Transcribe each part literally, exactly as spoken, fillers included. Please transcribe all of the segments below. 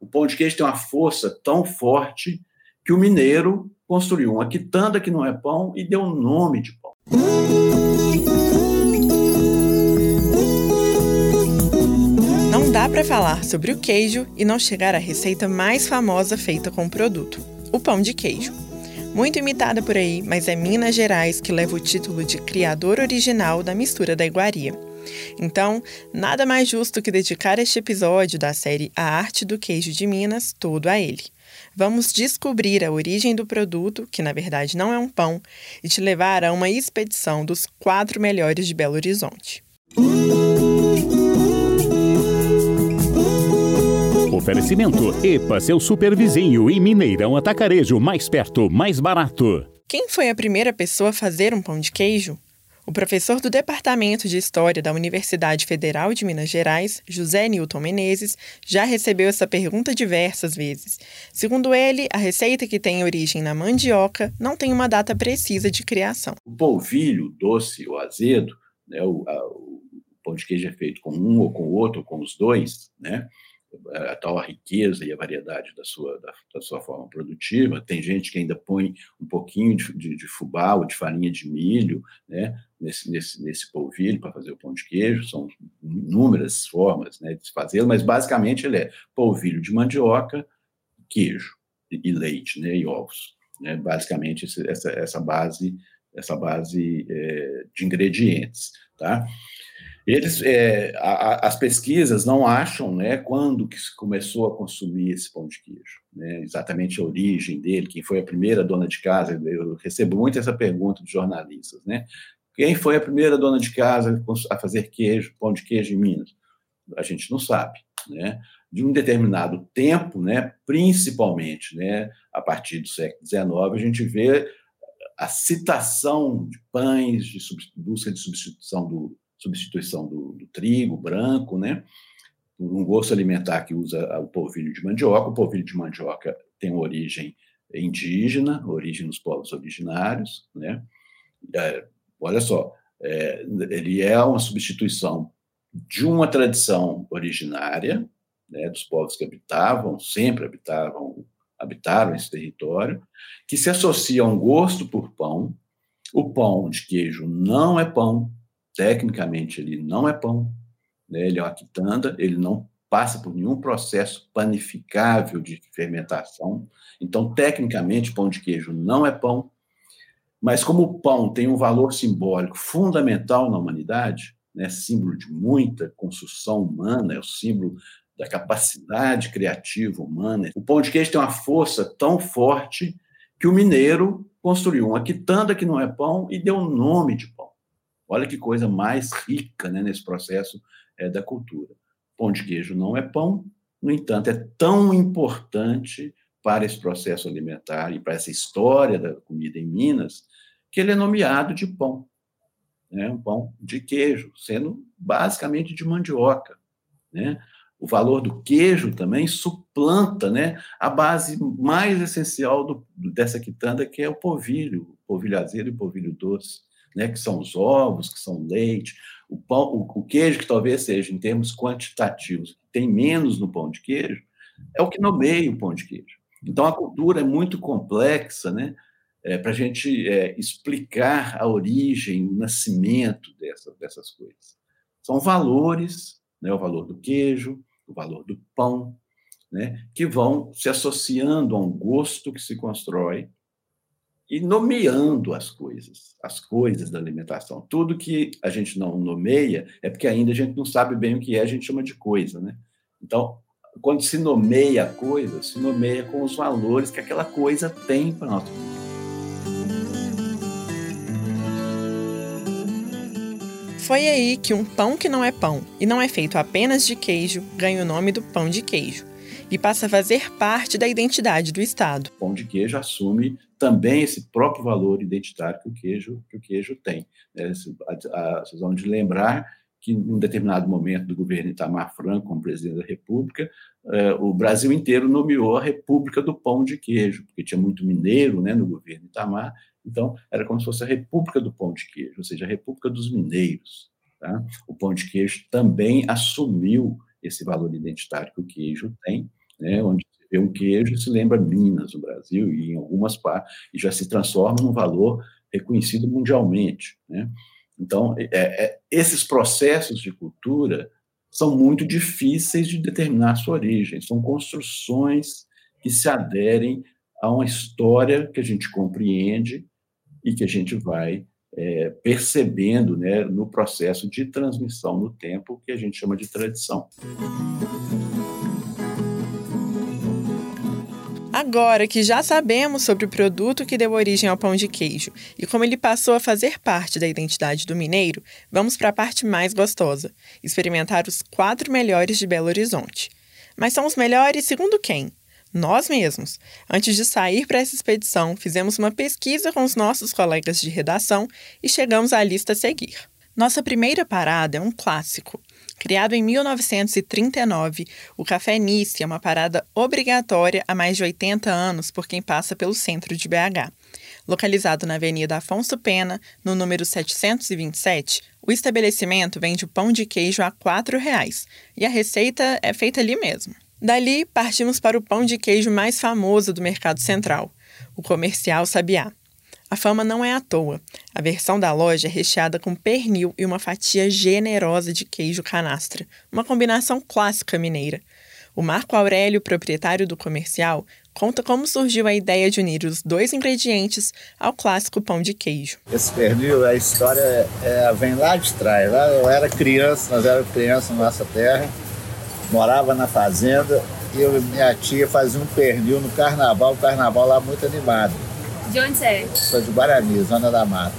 O pão de queijo tem uma força tão forte que o mineiro construiu uma quitanda que não é pão e deu o nome de pão. Não dá para falar sobre o queijo e não chegar à receita mais famosa feita com o produto, o pão de queijo. Muito imitada por aí, mas é Minas Gerais que leva o título de criador original da mistura da iguaria. Então, nada mais justo que dedicar este episódio da série A Arte do Queijo de Minas todo a ele. Vamos descobrir a origem do produto, que na verdade não é um pão, e te levar a uma expedição dos quatro melhores de Belo Horizonte. Oferecimento EPA, seu super vizinho, e Mineirão Atacarejo, mais perto, mais barato. Quem foi a primeira pessoa a fazer um pão de queijo? O professor do Departamento de História da Universidade Federal de Minas Gerais, José Newton Menezes, já recebeu essa pergunta diversas vezes. Segundo ele, a receita, que tem origem na mandioca, não tem uma data precisa de criação. O polvilho doce ou azedo, né, o, a, o pão de queijo é feito com um ou com o outro, ou com os dois, né? A tal a riqueza e a variedade da sua, da, da sua forma produtiva. Tem gente que ainda põe um pouquinho de, de, de fubá ou de farinha de milho, né, nesse, nesse, nesse polvilho para fazer o pão de queijo. São inúmeras formas, né, de se fazê-lo, mas basicamente ele é polvilho de mandioca, queijo e, e leite, né, e ovos. Né, basicamente esse, essa, essa base, essa base é, de ingredientes, tá? Eles, é, a, a, as pesquisas não acham, né, quando que se começou a consumir esse pão de queijo, né, exatamente a origem dele, quem foi a primeira dona de casa. Eu recebo muito essa pergunta de jornalistas, né? Quem foi a primeira dona de casa a fazer queijo, pão de queijo em Minas? A gente não sabe, né? De um determinado tempo, né, principalmente, né, a partir do século dezenove, a gente vê a citação de pães, de sub, busca de substituição do substituição do, do trigo branco, né, por um gosto alimentar que usa o polvilho de mandioca. O polvilho de mandioca tem uma origem indígena, origem nos povos originários, né. É, olha só, é, ele é uma substituição de uma tradição originária, né, dos povos que habitavam, sempre habitavam, habitaram esse território, que se associa a um gosto por pão. O pão de queijo não é pão. Tecnicamente, ele não é pão, né? Ele é uma quitanda, ele não passa por nenhum processo panificável de fermentação. Então, tecnicamente, pão de queijo não é pão, mas como o pão tem um valor simbólico fundamental na humanidade, né? Símbolo de muita construção humana, é o símbolo da capacidade criativa humana. O pão de queijo tem uma força tão forte que o mineiro construiu uma quitanda que não é pão e deu o nome de pão. Olha que coisa mais rica, né, nesse processo é, da cultura. Pão de queijo não é pão, no entanto, é tão importante para esse processo alimentar e para essa história da comida em Minas, que ele é nomeado de pão, né, um pão de queijo, sendo basicamente de mandioca, né? O valor do queijo também suplanta, né, a base mais essencial do, dessa quitanda, que é o polvilho, o polvilho azedo e o polvilho doce, né, que são os ovos, que são leite, o, pão, o, o queijo, que talvez seja, em termos quantitativos, tem menos no pão de queijo, é o que nomeia o pão de queijo. Então, a cultura é muito complexa, né, é, para a gente é, explicar a origem, o nascimento dessa, dessas coisas. São valores, né, o valor do queijo, o valor do pão, né, que vão se associando a um gosto que se constrói e nomeando as coisas, as coisas da alimentação. Tudo que a gente não nomeia é porque ainda a gente não sabe bem o que é, a gente chama de coisa, né? Então, quando se nomeia a coisa, se nomeia com os valores que aquela coisa tem para a nossa vida. Foi aí que um pão que não é pão e não é feito apenas de queijo ganha o nome do pão de queijo e passa a fazer parte da identidade do estado. O pão de queijo assume também esse próprio valor identitário que o queijo, que o queijo tem. Vocês vão de lembrar que, em um determinado momento do governo Itamar Franco, como presidente da República, o Brasil inteiro nomeou a República do Pão de Queijo, porque tinha muito mineiro, né, no governo Itamar. Então, era como se fosse a República do Pão de Queijo, ou seja, a República dos Mineiros. Tá? O pão de queijo também assumiu esse valor identitário que o queijo tem, né, onde você vê um queijo se lembra Minas no Brasil e em algumas partes, e já se transforma num valor reconhecido mundialmente, né? Então, é, é, esses processos de cultura são muito difíceis de determinar a sua origem, são construções que se aderem a uma história que a gente compreende e que a gente vai é, percebendo, né, no processo de transmissão no tempo, que a gente chama de tradição. Agora que já sabemos sobre o produto que deu origem ao pão de queijo e como ele passou a fazer parte da identidade do mineiro, vamos para a parte mais gostosa, experimentar os quatro melhores de Belo Horizonte. Mas são os melhores segundo quem? Nós mesmos. Antes de sair para essa expedição, fizemos uma pesquisa com os nossos colegas de redação e chegamos à lista a seguir. Nossa primeira parada é um clássico. Criado em mil novecentos e trinta e nove, o Café Nice é uma parada obrigatória há mais de oitenta anos por quem passa pelo centro de B H. Localizado na Avenida Afonso Pena, no número setecentos e vinte e sete, o estabelecimento vende o pão de queijo a quatro reais e a receita é feita ali mesmo. Dali, partimos para o pão de queijo mais famoso do Mercado Central, o Comercial Sabiá. A fama não é à toa. A versão da loja é recheada com pernil e uma fatia generosa de queijo canastra, uma combinação clássica mineira. O Marco Aurélio, proprietário do Comercial, conta como surgiu a ideia de unir os dois ingredientes ao clássico pão de queijo. Esse pernil, a história é, vem lá de trás. Lá eu era criança, nós éramos crianças na nossa terra, morava na fazenda e eu e minha tia faziam um pernil no carnaval, o carnaval lá muito animado. De onde você é? Sou de Guarani, Zona da Mata.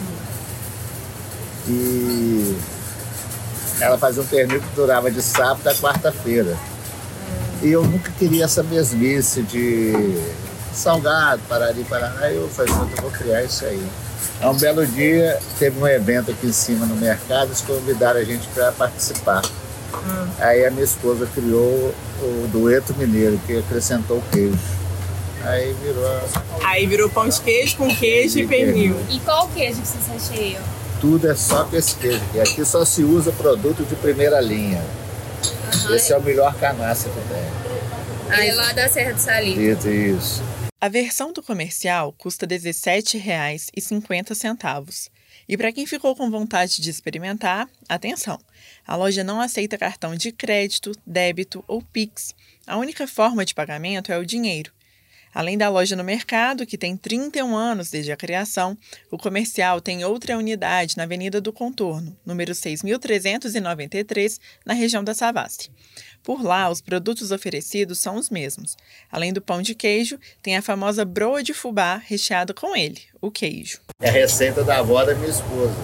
E ela fazia um pernil que durava de sábado a quarta-feira. E eu nunca queria essa mesmice de salgado, parari, paraná. Eu falei, eu vou criar isso aí. Há um belo dia, teve um evento aqui em cima no mercado, eles convidaram a gente para participar. Hum. Aí a minha esposa criou o dueto mineiro, que acrescentou o queijo. Aí virou... Aí virou pão de queijo com queijo e, e pernil. E qual queijo que vocês recheiam? Tudo é só com esse queijo. E aqui só se usa produto de primeira linha. Uhum. Esse é o melhor canastra que tem. Aí lá da Serra do Salim. Isso, isso. A versão do Comercial custa dezessete reais e cinquenta centavos. E para quem ficou com vontade de experimentar, atenção! A loja não aceita cartão de crédito, débito ou Pix. A única forma de pagamento é o dinheiro. Além da loja no mercado, que tem trinta e um anos desde a criação, o Comercial tem outra unidade na Avenida do Contorno, número seis mil trezentos e noventa e três, na região da Savassi. Por lá, os produtos oferecidos são os mesmos. Além do pão de queijo, tem a famosa broa de fubá recheada com ele, o queijo. É a receita da avó da minha esposa.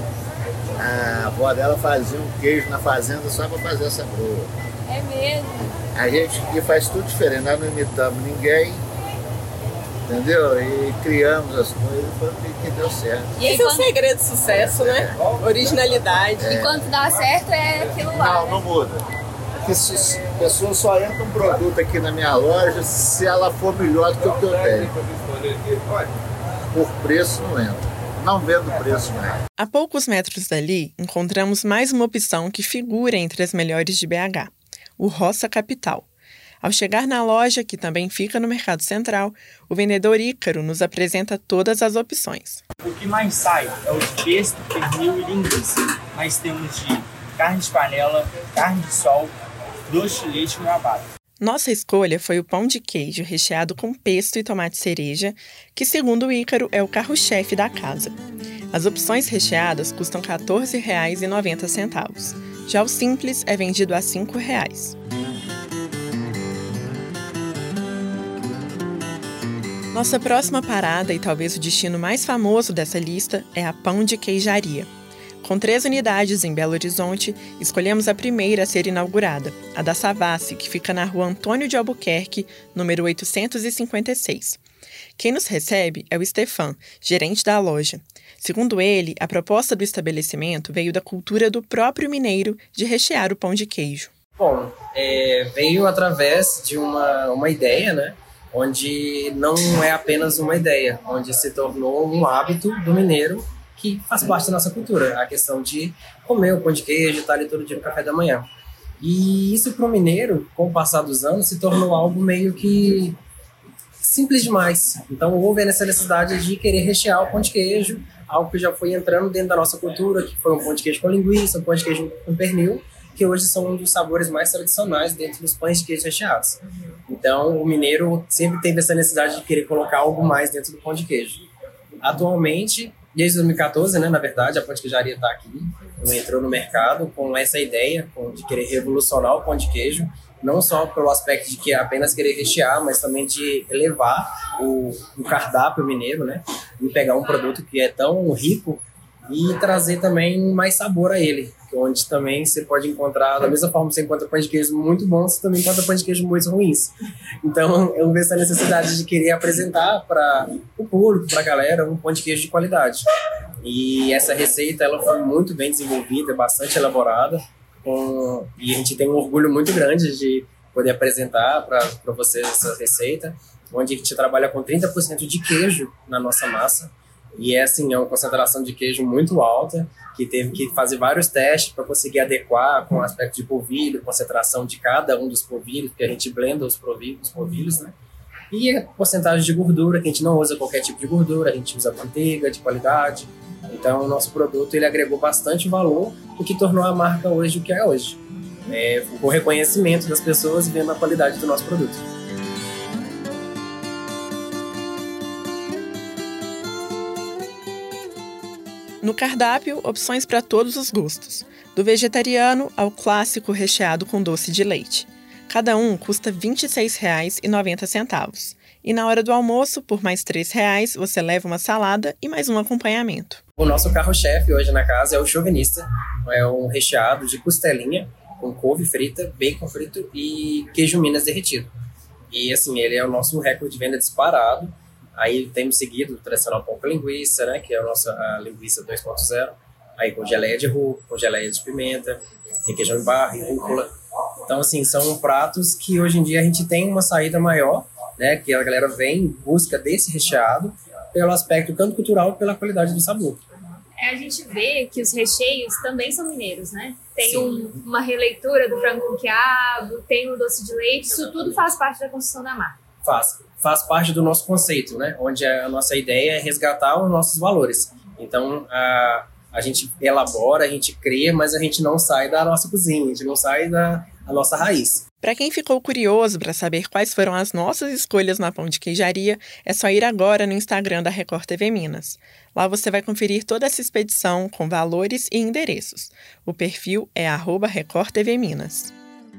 A avó dela fazia um queijo na fazenda só para fazer essa broa. É mesmo? A gente aqui faz tudo diferente, nós não imitamos ninguém. Entendeu? E criamos as coisas e foi que deu certo. E esse quando... é o segredo de sucesso, é. né? Originalidade. É. E quando dá certo é aquilo lá. Não, né? não muda. Porque se as pessoas só entram um produto aqui na minha loja se ela for melhor do que o que eu tenho. Por preço não entra. Não vendo preço, não. A poucos metros dali, encontramos mais uma opção que figura entre as melhores de B H, o Roça Capital. Ao chegar na loja, que também fica no Mercado Central, o vendedor Ícaro nos apresenta todas as opções. O que mais sai é o de pesto, pernil e linguiça. Mas temos de carne de panela, carne de sol, doce de leite e goiabada. Nossa escolha foi o pão de queijo recheado com pesto e tomate cereja, que, segundo o Ícaro, é o carro-chefe da casa. As opções recheadas custam quatorze reais e noventa centavos. Já o simples é vendido a cinco reais. Nossa próxima parada, e talvez o destino mais famoso dessa lista, é a Pão de Queijaria. Com três unidades em Belo Horizonte, escolhemos a primeira a ser inaugurada, a da Savassi, que fica na rua Antônio de Albuquerque, número oitocentos e cinquenta e seis. Quem nos recebe é o Stefan, gerente da loja. Segundo ele, a proposta do estabelecimento veio da cultura do próprio mineiro de rechear o pão de queijo. Bom, é, veio através de uma, uma ideia, né? Onde não é apenas uma ideia, onde se tornou um hábito do mineiro que faz parte da nossa cultura, a questão de comer o pão de queijo, estar ali todo dia no café da manhã. E isso para o mineiro, com o passar dos anos, se tornou algo meio que simples demais. Então houve essa necessidade de querer rechear o pão de queijo, algo que já foi entrando dentro da nossa cultura, que foi um pão de queijo com linguiça, um pão de queijo com pernil, que hoje são um dos sabores mais tradicionais dentro dos pães de queijo recheados. Então o mineiro sempre teve essa necessidade de querer colocar algo mais dentro do pão de queijo. Atualmente, desde dois mil e quatorze, né, na verdade, a pão de queijaria está aqui, entrou no mercado com essa ideia de querer revolucionar o pão de queijo, não só pelo aspecto de que apenas querer rechear, mas também de elevar o, o cardápio mineiro, né, e pegar um produto que é tão rico e trazer também mais sabor a ele, onde também você pode encontrar, da mesma forma que você encontra pão de queijo muito bons, você também encontra pão de queijo muito ruins. Então eu vejo essa necessidade de querer apresentar para o público, para a galera, um pão de queijo de qualidade. E essa receita ela foi muito bem desenvolvida, bastante elaborada, com... e a gente tem um orgulho muito grande de poder apresentar para vocês essa receita, onde a gente trabalha com trinta por cento de queijo na nossa massa. E é assim, é uma concentração de queijo muito alta, que teve que fazer vários testes para conseguir adequar com o aspecto de polvilho, concentração de cada um dos polvilhos, porque a gente blenda os polvilhos, os polvilhos, né? E a porcentagem de gordura, que a gente não usa qualquer tipo de gordura, a gente usa manteiga de qualidade. Então o nosso produto ele agregou bastante valor, o que tornou a marca hoje o que é hoje. É, o reconhecimento das pessoas vendo a qualidade do nosso produto. No cardápio, opções para todos os gostos, do vegetariano ao clássico recheado com doce de leite. Cada um custa vinte e seis reais e noventa centavos. E na hora do almoço, por mais três reais, você leva uma salada e mais um acompanhamento. O nosso carro-chefe hoje na casa é o chauvinista. É um recheado de costelinha com couve frita, bacon frito e queijo Minas derretido. E assim, ele é o nosso recorde de venda disparado. Aí temos seguido o tradicional pão com linguiça, né, que é a nossa a linguiça dois ponto zero. Aí com geleia de rúcula, com geleia de pimenta, requeijão em barra e rúcula. Então, assim, são pratos que hoje em dia a gente tem uma saída maior, né, que a galera vem em busca desse recheado pelo aspecto tanto cultural e pela qualidade do sabor. É, a gente vê que os recheios também são mineiros, né? Tem um, uma releitura do frango com quiabo, tem o doce de leite, isso tudo faz parte da construção da marca. Faz. Faz parte do nosso conceito, né? Onde a nossa ideia é resgatar os nossos valores. Então, a, a gente elabora, a gente cria, mas a gente não sai da nossa cozinha, a gente não sai da a nossa raiz. Para quem ficou curioso para saber quais foram as nossas escolhas na Pão de Queijaria, é só ir agora no Instagram da Record T V Minas. Lá você vai conferir toda essa expedição com valores e endereços. O perfil é arroba Record T V Minas.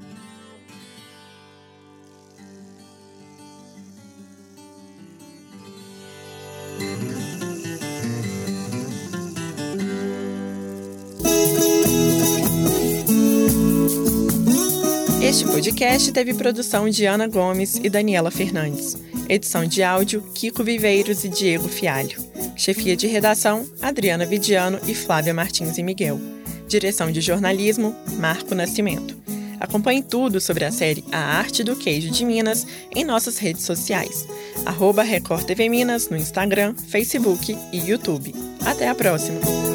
Este podcast teve produção de Ana Gomes e Daniela Fernandes. Edição de áudio, Kiko Viveiros e Diego Fialho. Chefia de redação, Adriana Vidiano e Flávia Martins e Miguel. Direção de jornalismo, Marco Nascimento. Acompanhe tudo sobre a série A Arte do Queijo de Minas em nossas redes sociais. arroba Record T V Minas no Instagram, Facebook e YouTube. Até a próxima!